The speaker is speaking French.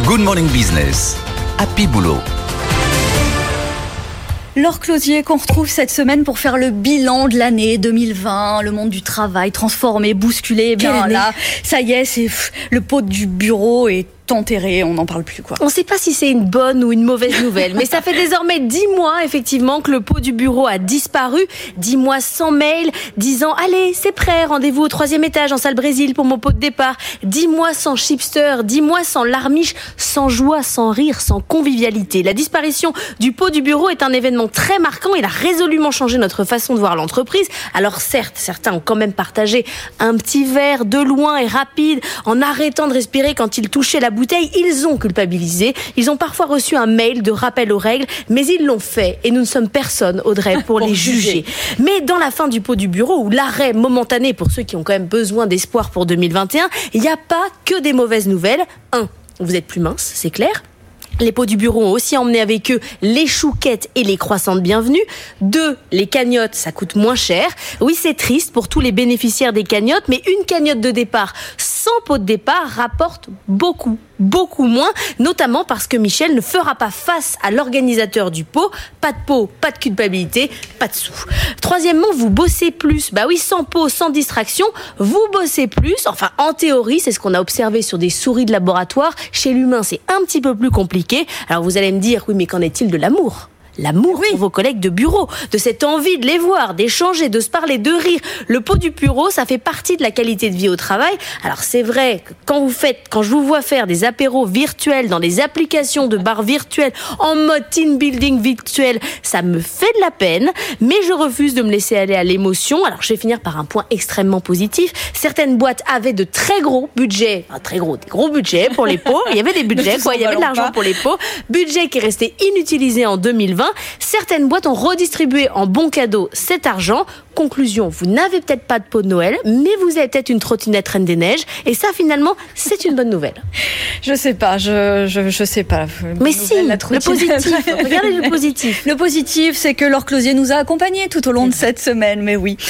Good Morning Business. Happy Boulot. Laure Closier qu'on retrouve cette semaine pour faire le bilan de l'année 2020, le monde du travail transformé, bousculé. Bien là, ça y est, le pot du bureau est enterré, on n'en parle plus quoi. On ne sait pas si c'est une bonne ou une mauvaise nouvelle, mais ça fait désormais 10 mois effectivement que le pot du bureau a disparu. 10 mois sans mail, disant allez c'est prêt, rendez-vous au 3e étage en salle Brésil pour mon pot de départ. 10 mois sans chipster, 10 mois sans larmiche, sans joie, sans rire, sans convivialité. La disparition du pot du bureau est un événement très marquant. Il a résolument changé notre façon de voir l'entreprise. Alors certes, certains ont quand même partagé un petit verre de loin et rapide en arrêtant de respirer quand ils touchaient la bouteille. Ils ont culpabilisé. Ils ont parfois reçu un mail de rappel aux règles, mais ils l'ont fait et nous ne sommes personne, Audrey, pour les juger. Mais dans la fin du pot du bureau, ou l'arrêt momentané pour ceux qui ont quand même besoin d'espoir pour 2021, il n'y a pas que des mauvaises nouvelles. 1. Vous êtes plus mince, c'est clair. Les pots du bureau ont aussi emmené avec eux les chouquettes et les croissants de bienvenue. 2. Les cagnottes, ça coûte moins cher. Oui, c'est triste pour tous les bénéficiaires des cagnottes, mais une cagnotte de départ sans pot de départ rapporte beaucoup moins, notamment parce que Michel ne fera pas face à l'organisateur du pot. Pas de pot, pas de culpabilité, pas de sous. Troisièmement, vous bossez plus. Bah oui, sans pot, sans distraction, vous bossez plus. Enfin, en théorie, c'est ce qu'on a observé sur des souris de laboratoire. Chez l'humain, c'est un petit peu plus compliqué. Alors vous allez me dire, oui, mais qu'en est-il de l'amour ? L'amour pour vos collègues de bureau, de cette envie de les voir, d'échanger, de se parler, de rire. Le pot du bureau, ça fait partie de la qualité de vie au travail. Alors c'est vrai que quand je vous vois faire des apéros virtuels dans des applications de bars virtuels en mode team building virtuel, ça me fait de la peine, mais je refuse de me laisser aller à l'émotion. Alors je vais finir par un point extrêmement positif. Certaines boîtes avaient de très gros budgets, des gros budgets pour les pots. Il y avait des budgets, il y avait de l'argent pour les pots. Budget qui restait inutilisé en 2020. Certaines boîtes ont redistribué en bon cadeau cet argent. Conclusion, vous n'avez peut-être pas de pot de Noël, mais vous avez peut-être une trottinette Reine des Neiges. Et ça, finalement, c'est une bonne nouvelle. Je sais pas, je sais pas. Mais si, le positif. Regardez le positif. Le positif, c'est que Laure Closier nous a accompagnés tout au long de cette semaine, mais oui.